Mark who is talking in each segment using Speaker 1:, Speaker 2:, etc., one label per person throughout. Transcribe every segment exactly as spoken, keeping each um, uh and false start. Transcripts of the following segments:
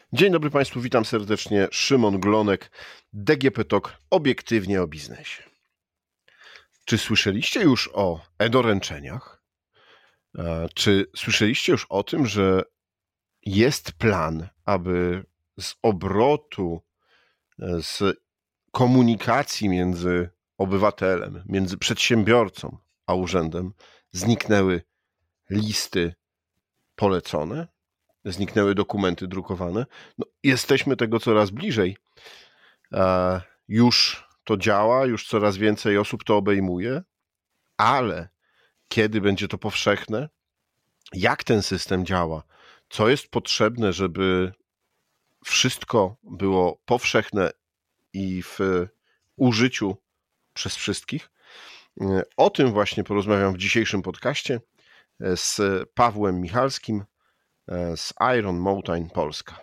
Speaker 1: Dzień dobry Państwu, witam serdecznie. Szymon Glonek, D G P Talk, obiektywnie o biznesie. Czy słyszeliście już o e-doręczeniach? Czy słyszeliście już o tym, że jest plan, aby z obrotu, z komunikacji między obywatelem, między przedsiębiorcą a urzędem zniknęły listy polecone? Zniknęły dokumenty drukowane. No, jesteśmy tego coraz bliżej. E, już to działa, już coraz więcej osób to obejmuje, ale kiedy będzie to powszechne? Jak ten system działa? Co jest potrzebne, żeby wszystko było powszechne i w użyciu przez wszystkich? O tym właśnie porozmawiam w dzisiejszym podcaście z Pawłem Michalskim z Iron Mountain Polska.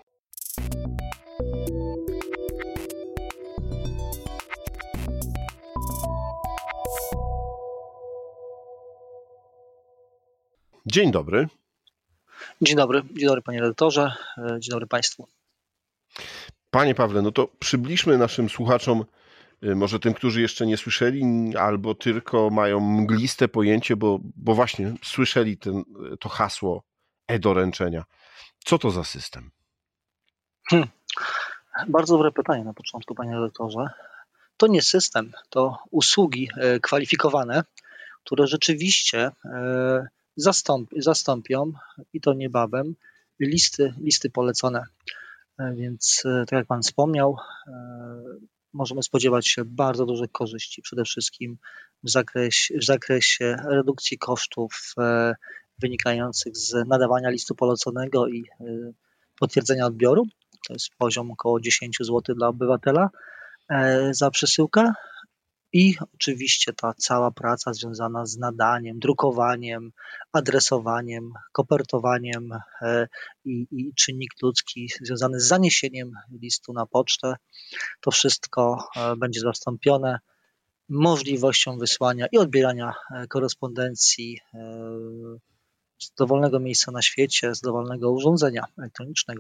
Speaker 1: Dzień dobry.
Speaker 2: Dzień dobry, dzień dobry panie redaktorze, dzień dobry państwu.
Speaker 1: Panie Pawle, no to przybliżmy naszym słuchaczom, może tym, którzy jeszcze nie słyszeli, albo tylko mają mgliste pojęcie, bo, bo właśnie słyszeli ten, to hasło e-doręczenia. Co to za system?
Speaker 2: Hmm. Bardzo dobre pytanie na początku, panie redaktorze. To nie system, to usługi kwalifikowane, które rzeczywiście zastąpi, zastąpią, i to niebawem, listy, listy polecone. Więc tak jak pan wspomniał, możemy spodziewać się bardzo dużych korzyści, przede wszystkim w zakresie, w zakresie redukcji kosztów wynikających z nadawania listu poleconego i potwierdzenia odbioru. To jest poziom około dziesięć złotych dla obywatela za przesyłkę. I oczywiście ta cała praca związana z nadaniem, drukowaniem, adresowaniem, kopertowaniem i, i czynnik ludzki związany z zaniesieniem listu na pocztę, to wszystko będzie zastąpione możliwością wysłania i odbierania korespondencji z dowolnego miejsca na świecie, z dowolnego urządzenia elektronicznego.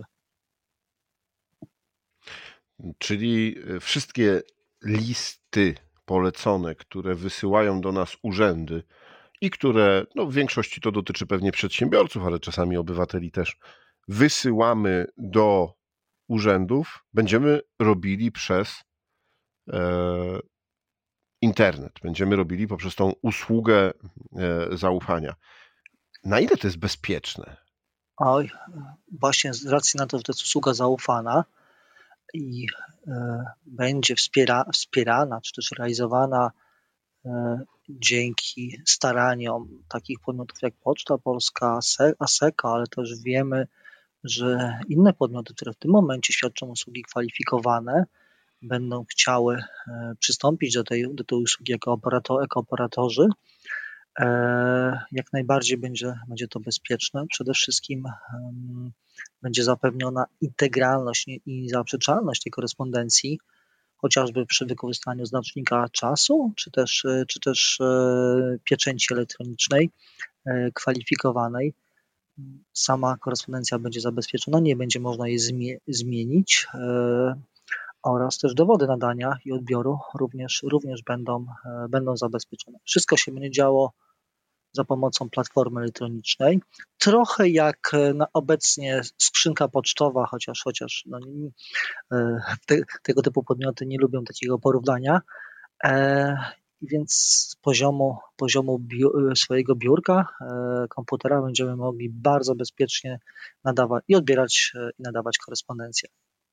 Speaker 1: Czyli wszystkie listy polecone, które wysyłają do nas urzędy i które, no w większości to dotyczy pewnie przedsiębiorców, ale czasami obywateli też, wysyłamy do urzędów, będziemy robili przez e, internet, będziemy robili poprzez tą usługę e, zaufania. Na ile to jest bezpieczne?
Speaker 2: Oj, właśnie z racji na to, że to jest usługa zaufana i e, będzie wspiera, wspierana, czy też realizowana e, dzięki staraniom takich podmiotów jak Poczta Polska, Asseco, ale też wiemy, że inne podmioty, które w tym momencie świadczą usługi kwalifikowane, będą chciały e, przystąpić do tej, do tej usługi jako, operator, jako operatorzy. Jak najbardziej będzie, będzie to bezpieczne. Przede wszystkim um, będzie zapewniona integralność i zaprzeczalność tej korespondencji, chociażby przy wykorzystaniu znacznika czasu, czy też, czy też e, pieczęci elektronicznej e, kwalifikowanej. Sama korespondencja będzie zabezpieczona, nie będzie można jej zmie- zmienić e, oraz też dowody nadania i odbioru również, również będą, e, będą zabezpieczone. Wszystko się będzie działo za pomocą platformy elektronicznej. Trochę jak na obecnie skrzynka pocztowa, chociaż, chociaż no, te, tego typu podmioty nie lubią takiego porównania, e, więc z poziomu, poziomu biu, swojego biurka, e, komputera będziemy mogli bardzo bezpiecznie nadawać i odbierać i nadawać korespondencję.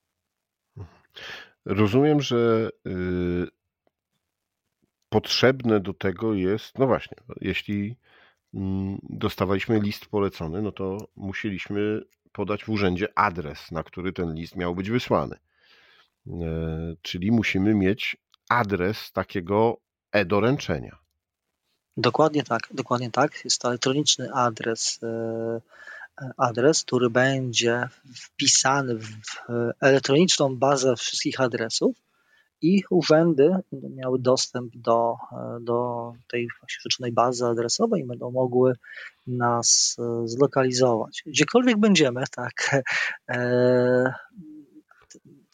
Speaker 1: Rozumiem, że y, potrzebne do tego jest, no właśnie, jeśli dostawaliśmy list polecony, no to musieliśmy podać w urzędzie adres, na który ten list miał być wysłany. Czyli musimy mieć adres takiego e-doręczenia.
Speaker 2: Dokładnie tak, dokładnie tak. Jest to elektroniczny adres, adres, który będzie wpisany w elektroniczną bazę wszystkich adresów i urzędy będą miały dostęp do, do tej rzeczonej bazy adresowej i będą mogły nas zlokalizować. Gdziekolwiek będziemy, tak,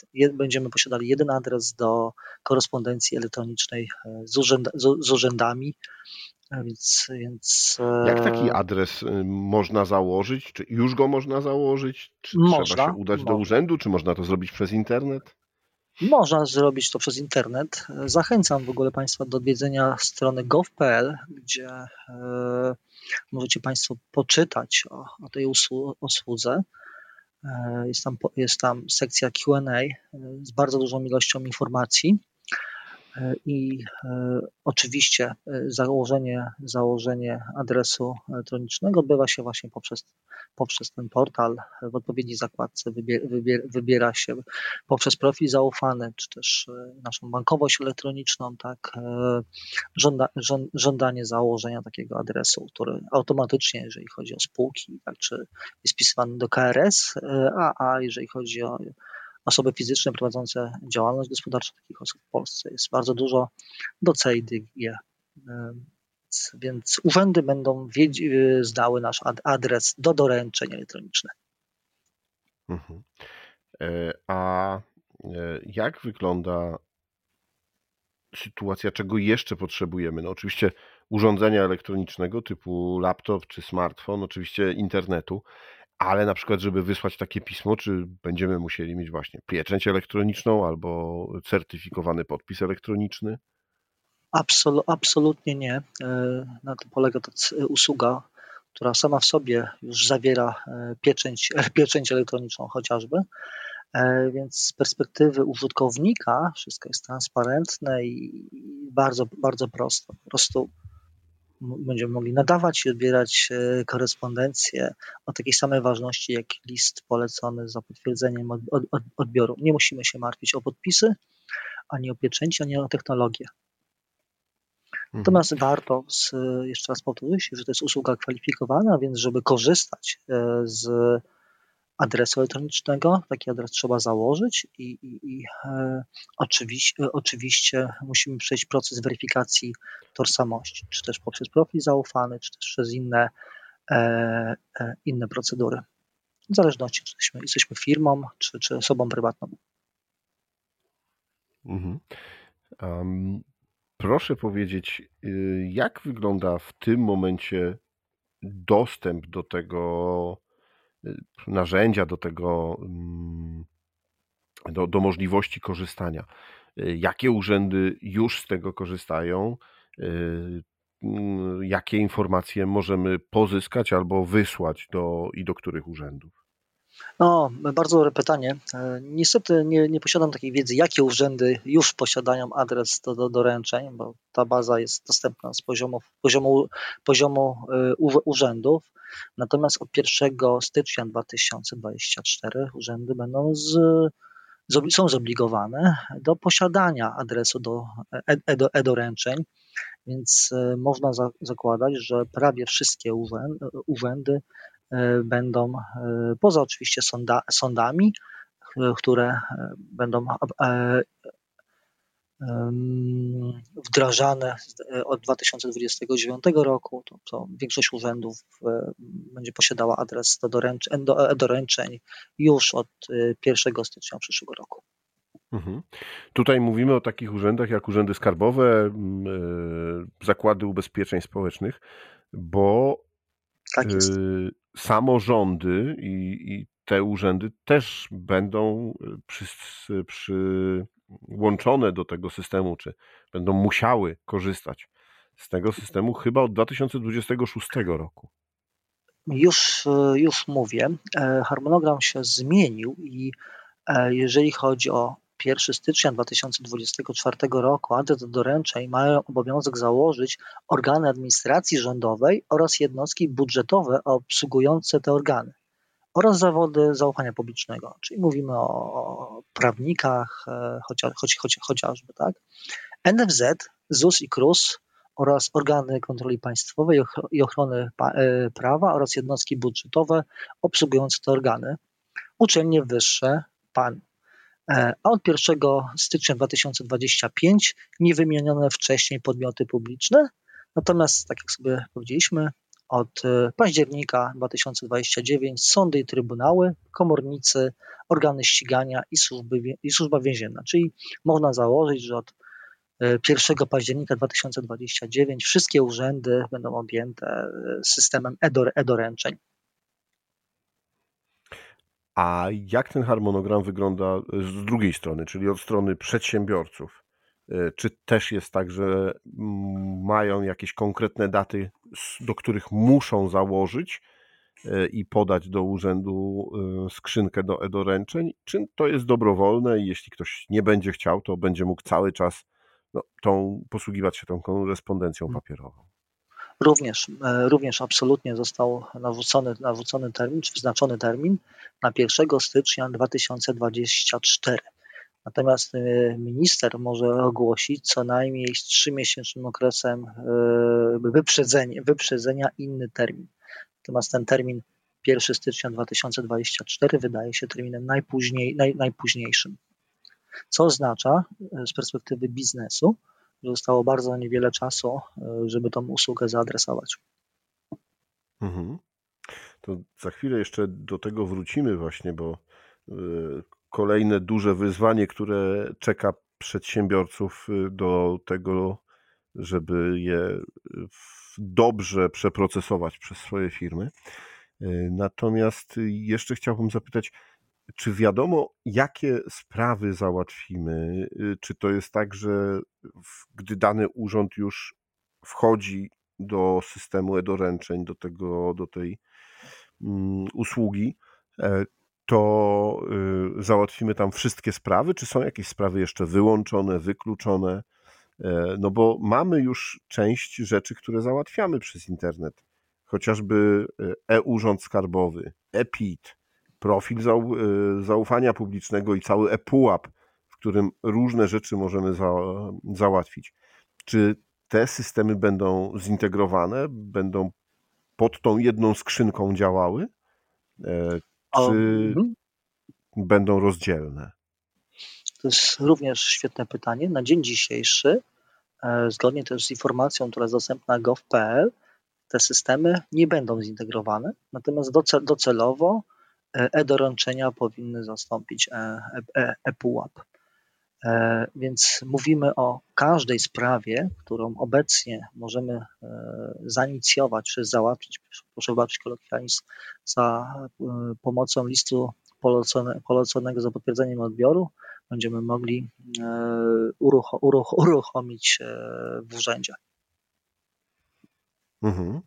Speaker 2: będziemy posiadali jeden adres do korespondencji elektronicznej z, urzęd, z urzędami. Więc, więc
Speaker 1: Jak taki adres można założyć? Czy już go można założyć? Czy
Speaker 2: można,
Speaker 1: trzeba się udać
Speaker 2: można.
Speaker 1: do urzędu? Czy można to zrobić przez internet?
Speaker 2: Można zrobić to przez internet. Zachęcam w ogóle Państwa do odwiedzenia strony gov kropka p l, gdzie e, możecie Państwo poczytać o, o tej usłudze. E, jest, tam, jest tam sekcja Q and A z bardzo dużą ilością informacji. I e, oczywiście e, założenie, założenie adresu elektronicznego odbywa się właśnie poprzez, poprzez ten portal. W odpowiedniej zakładce wybier, wybier, wybiera się poprzez profil zaufany, czy też e, naszą bankowość elektroniczną, tak, e, żąda, żąd, żądanie założenia takiego adresu, który automatycznie, jeżeli chodzi o spółki, tak, czy jest wpisywany do K R S, e, a, a jeżeli chodzi o osoby fizyczne prowadzące działalność gospodarczą, takich osób w Polsce jest bardzo dużo, do C I D G. Więc urzędy będą wiedz- znały nasz adres do doręczeń elektronicznych.
Speaker 1: Mhm. A jak wygląda sytuacja, czego jeszcze potrzebujemy? No oczywiście urządzenia elektronicznego typu laptop czy smartfon, oczywiście internetu, ale na przykład, żeby wysłać takie pismo, czy będziemy musieli mieć właśnie pieczęć elektroniczną albo certyfikowany podpis elektroniczny?
Speaker 2: Absol- absolutnie nie. Na tym polega ta usługa, która sama w sobie już zawiera pieczęć, pieczęć elektroniczną chociażby. Więc z perspektywy użytkownika wszystko jest transparentne i bardzo, bardzo prosto. Po prostu będziemy mogli nadawać i odbierać korespondencję o takiej samej ważności jak list polecony za potwierdzeniem od, od, odbioru. Nie musimy się martwić o podpisy, ani o pieczęci, ani o technologię. Natomiast mhm. warto, z, jeszcze raz powtórzyć, że to jest usługa kwalifikowana, więc żeby korzystać z adresu elektronicznego, taki adres trzeba założyć i, i, i e, oczywiście, oczywiście musimy przejść proces weryfikacji tożsamości, czy też poprzez profil zaufany, czy też przez inne, e, e, inne procedury. W zależności, czy jesteśmy, jesteśmy firmą, czy, czy osobą prywatną.
Speaker 1: Mhm. Um, proszę powiedzieć, jak wygląda w tym momencie dostęp do tego narzędzia, do tego, do, do możliwości korzystania? Jakie urzędy już z tego korzystają? Jakie informacje możemy pozyskać albo wysłać do i do których urzędów?
Speaker 2: No, bardzo dobre pytanie. Niestety nie, nie posiadam takiej wiedzy, jakie urzędy już posiadają adres do, do doręczeń, bo ta baza jest dostępna z poziomu, poziomu, poziomu urzędów. Natomiast od pierwszego stycznia dwa tysiące dwudziestego czwartego urzędy będą z, z, są zobligowane do posiadania adresu do e-doręczeń, więc można za, zakładać, że prawie wszystkie urzędy, urzędy będą, poza oczywiście sąda, sądami, które będą wdrażane od dwa tysiące dwudziestego dziewiątego roku, to, to większość urzędów będzie posiadała adres do doręczeń, do doręczeń już od pierwszego stycznia przyszłego roku.
Speaker 1: Mhm. Tutaj mówimy o takich urzędach jak urzędy skarbowe, zakłady ubezpieczeń społecznych, bo
Speaker 2: tak jest.
Speaker 1: samorządy i, i te urzędy też będą przy, przyłączone do tego systemu, czy będą musiały korzystać z tego systemu chyba od dwa tysiące dwudziestego szóstego roku.
Speaker 2: Już, już mówię, harmonogram się zmienił i jeżeli chodzi o pierwszego stycznia dwa tysiące dwudziestego czwartego roku adres do doręczeń mają obowiązek założyć organy administracji rządowej oraz jednostki budżetowe obsługujące te organy oraz zawody zaufania publicznego, czyli mówimy o prawnikach chociaż, choć, choć, chociażby, tak? N F Z, Z U S i K R U S oraz organy kontroli państwowej i ochrony prawa oraz jednostki budżetowe obsługujące te organy, uczelnie wyższe, P A N. A od pierwszego stycznia dwa tysiące dwudziestego piątego niewymienione wcześniej podmioty publiczne, natomiast tak jak sobie powiedzieliśmy, od października dwa tysiące dwudziestego dziewiątego sądy i trybunały, komornicy, organy ścigania i, służby, i służba więzienna. Czyli można założyć, że od pierwszego października dwa tysiące dwudziestego dziewiątego wszystkie urzędy będą objęte systemem e-doręczeń.
Speaker 1: A jak ten harmonogram wygląda z drugiej strony, czyli od strony przedsiębiorców? Czy też jest tak, że mają jakieś konkretne daty, do których muszą założyć i podać do urzędu skrzynkę do e-doręczeń? Czy to jest dobrowolne i jeśli ktoś nie będzie chciał, to będzie mógł cały czas no, tą, posługiwać się tą korespondencją papierową?
Speaker 2: Również, również absolutnie został narzucony, narzucony termin, czy wyznaczony termin na pierwszego stycznia dwa tysiące dwudziestego czwartego. Natomiast minister może ogłosić co najmniej z trzymiesięcznym okresem wyprzedzenia, wyprzedzenia inny termin. Natomiast ten termin pierwszego stycznia dwa tysiące dwudziestego czwartego wydaje się terminem najpóźniej, naj, najpóźniejszym. Co oznacza z perspektywy biznesu, że zostało bardzo niewiele czasu, żeby tą usługę zaadresować.
Speaker 1: Mhm. To za chwilę jeszcze do tego wrócimy właśnie, bo kolejne duże wyzwanie, które czeka przedsiębiorców do tego, żeby je dobrze przeprocesować przez swoje firmy. Natomiast jeszcze chciałbym zapytać, czy wiadomo, jakie sprawy załatwimy? Czy to jest tak, że gdy dany urząd już wchodzi do systemu e-doręczeń, do tego, do tej um, usługi, to y, załatwimy tam wszystkie sprawy, czy są jakieś sprawy jeszcze wyłączone, wykluczone? No bo mamy już część rzeczy, które załatwiamy przez internet. Chociażby e-urząd skarbowy, e-P I T, profil zaufania publicznego i cały e-pułap, w którym różne rzeczy możemy za, załatwić. Czy te systemy będą zintegrowane, będą pod tą jedną skrzynką działały, czy um, będą rozdzielne?
Speaker 2: To jest również świetne pytanie. Na dzień dzisiejszy, zgodnie też z informacją, która jest dostępna na gov kropka p l, te systemy nie będą zintegrowane, natomiast docelowo e-doręczenia powinny zastąpić e-pułap. Więc mówimy o każdej sprawie, którą obecnie możemy zainicjować, czy załatwić, proszę wybaczyć kolokwializm, za pomocą listu polecone, poleconego za potwierdzeniem odbioru, będziemy mogli uruch- uruch- uruchomić w urzędzie.
Speaker 1: Mhm.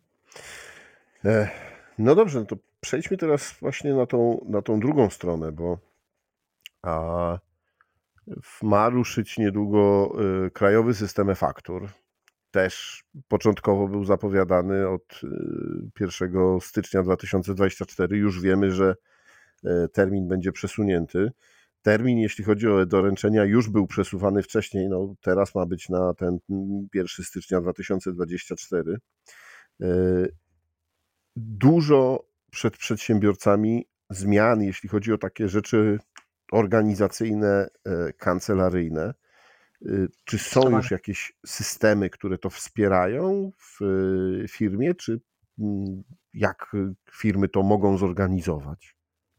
Speaker 1: No dobrze, no to przejdźmy teraz właśnie na tą, na tą drugą stronę, bo a, ma ruszyć niedługo y, krajowy system e-faktur. Też początkowo był zapowiadany od y, pierwszego stycznia dwa tysiące dwudziestego czwartego. Już wiemy, że y, termin będzie przesunięty. Termin, jeśli chodzi o doręczenia, już był przesuwany wcześniej. No, teraz ma być na ten pierwszego stycznia dwa tysiące dwudziestego czwartego. Y, dużo przed przedsiębiorcami zmian, jeśli chodzi o takie rzeczy organizacyjne, kancelaryjne. Czy są już jakieś systemy, które to wspierają w firmie, czy jak firmy to mogą zorganizować?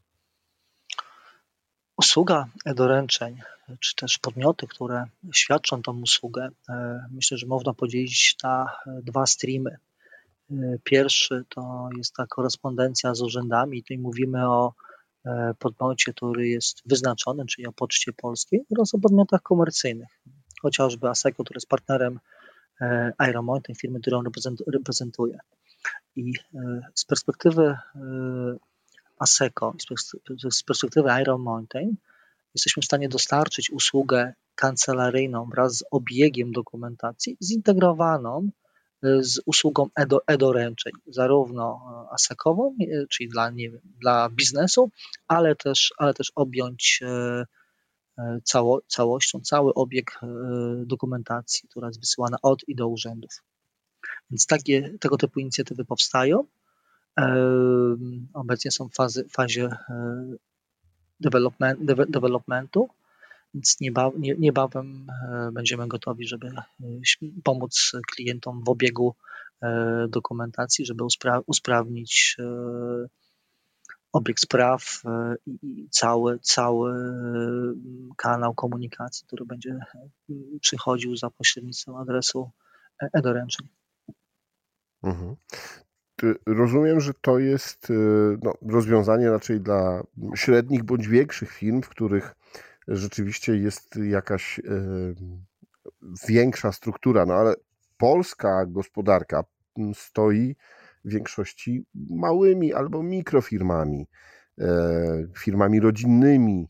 Speaker 2: Usługa e-doręczeń, czy też podmioty, które świadczą tą usługę, myślę, że można podzielić na dwa streamy. Pierwszy to jest ta korespondencja z urzędami, tutaj mówimy o podmiocie, który jest wyznaczony, czyli o Poczcie Polskiej, oraz o podmiotach komercyjnych, chociażby ASECO, który jest partnerem Iron tej firmy, którą reprezentuję. I z perspektywy ASECO, z perspektywy Iron Mountain jesteśmy w stanie dostarczyć usługę kancelaryjną wraz z obiegiem dokumentacji zintegrowaną z usługą e-doręczeń, zarówno ASECową, czyli dla, nie wiem, dla biznesu, ale też, ale też objąć cało, całością cały obieg dokumentacji, która jest wysyłana od i do urzędów. Więc takie, tego typu inicjatywy powstają. Obecnie są w fazy, fazie development, developmentu, więc niebawem będziemy gotowi, żeby pomóc klientom w obiegu dokumentacji, żeby uspra- usprawnić obieg spraw i cały, cały kanał komunikacji, który będzie przychodził za pośrednictwem adresu e-doręczeń.
Speaker 1: Mhm. Rozumiem, że to jest no, rozwiązanie raczej dla średnich bądź większych firm, w których rzeczywiście jest jakaś większa struktura, no ale polska gospodarka stoi w większości małymi albo mikrofirmami, firmami rodzinnymi.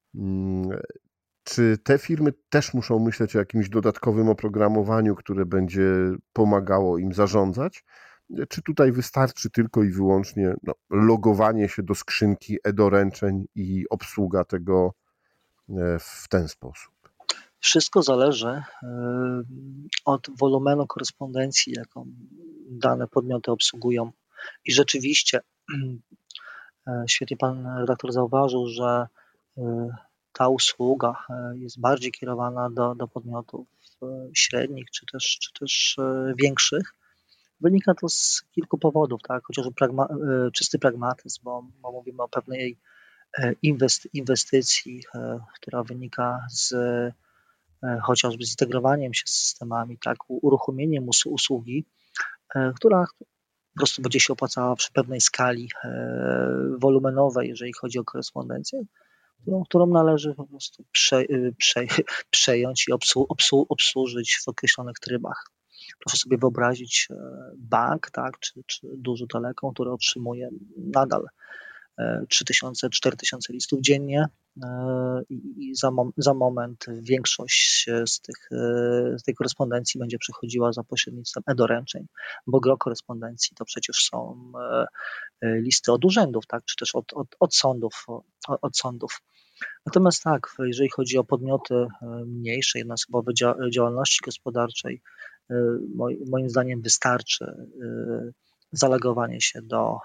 Speaker 1: Czy te firmy też muszą myśleć o jakimś dodatkowym oprogramowaniu, które będzie pomagało im zarządzać? Czy tutaj wystarczy tylko i wyłącznie no, logowanie się do skrzynki e-doręczeń i obsługa tego w ten sposób?
Speaker 2: Wszystko zależy od wolumenu korespondencji, jaką dane podmioty obsługują. I rzeczywiście, świetnie pan redaktor zauważył, że ta usługa jest bardziej kierowana do, do podmiotów średnich czy też, czy też większych. Wynika to z kilku powodów, tak? Chociażby pragma, czysty pragmatyzm, bo, bo mówimy o pewnej inwestycji, która wynika z chociażby zintegrowaniem się z systemami, tak, uruchomieniem usługi, która po prostu będzie się opłacała przy pewnej skali wolumenowej, jeżeli chodzi o korespondencję, którą, którą należy po prostu prze, prze, przejąć i obsłu, obsłu, obsłużyć w określonych trybach. Proszę sobie wyobrazić bank, tak, czy, czy duży telekom, który otrzymuje nadal trzy tysiące, cztery tysiące listów dziennie i za, mom, za moment większość z, tych, z tej korespondencji będzie przechodziła za pośrednictwem e-doręczeń, bo gro korespondencji to przecież są listy od urzędów, tak, czy też od, od, od, sądów, od sądów. Natomiast tak, jeżeli chodzi o podmioty mniejsze, jednoosobowe działalności gospodarczej, moim zdaniem wystarczy zalogowanie się do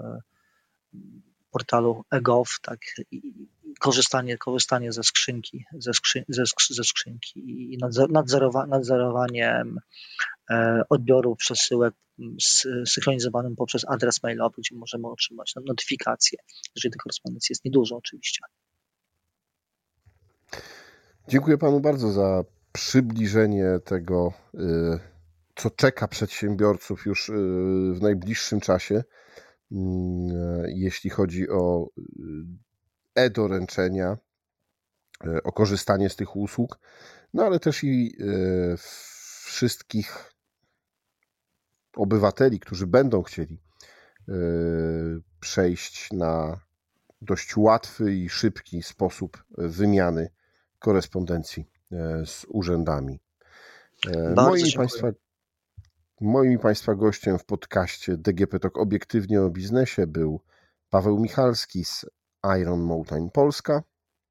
Speaker 2: portalu e-gov, tak, i korzystanie, korzystanie ze skrzynki, ze, skrzyn, ze, ze skrzynki i nadzorowa, nadzorowaniem odbioru przesyłek synchronizowanym poprzez adres mailowy, gdzie możemy otrzymać notyfikacje, jeżeli tej korespondencji jest niedużo oczywiście.
Speaker 1: Dziękuję panu bardzo za przybliżenie tego, co czeka przedsiębiorców już w najbliższym czasie, jeśli chodzi o e-doręczenia, o korzystanie z tych usług, no ale też i wszystkich obywateli, którzy będą chcieli przejść na dość łatwy i szybki sposób wymiany korespondencji z urzędami. Moim i Państwa, moim i Państwa gościem w podcaście D G P Talk Obiektywnie o biznesie był Paweł Michalski z Iron Mountain Polska.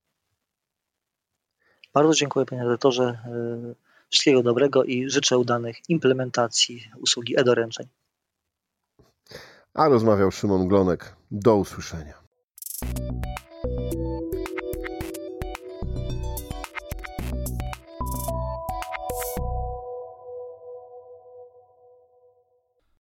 Speaker 2: Bardzo dziękuję panie redaktorze. Wszystkiego dobrego i życzę udanych implementacji usługi e-doręczeń.
Speaker 1: A rozmawiał Szymon Glonek. Do usłyszenia.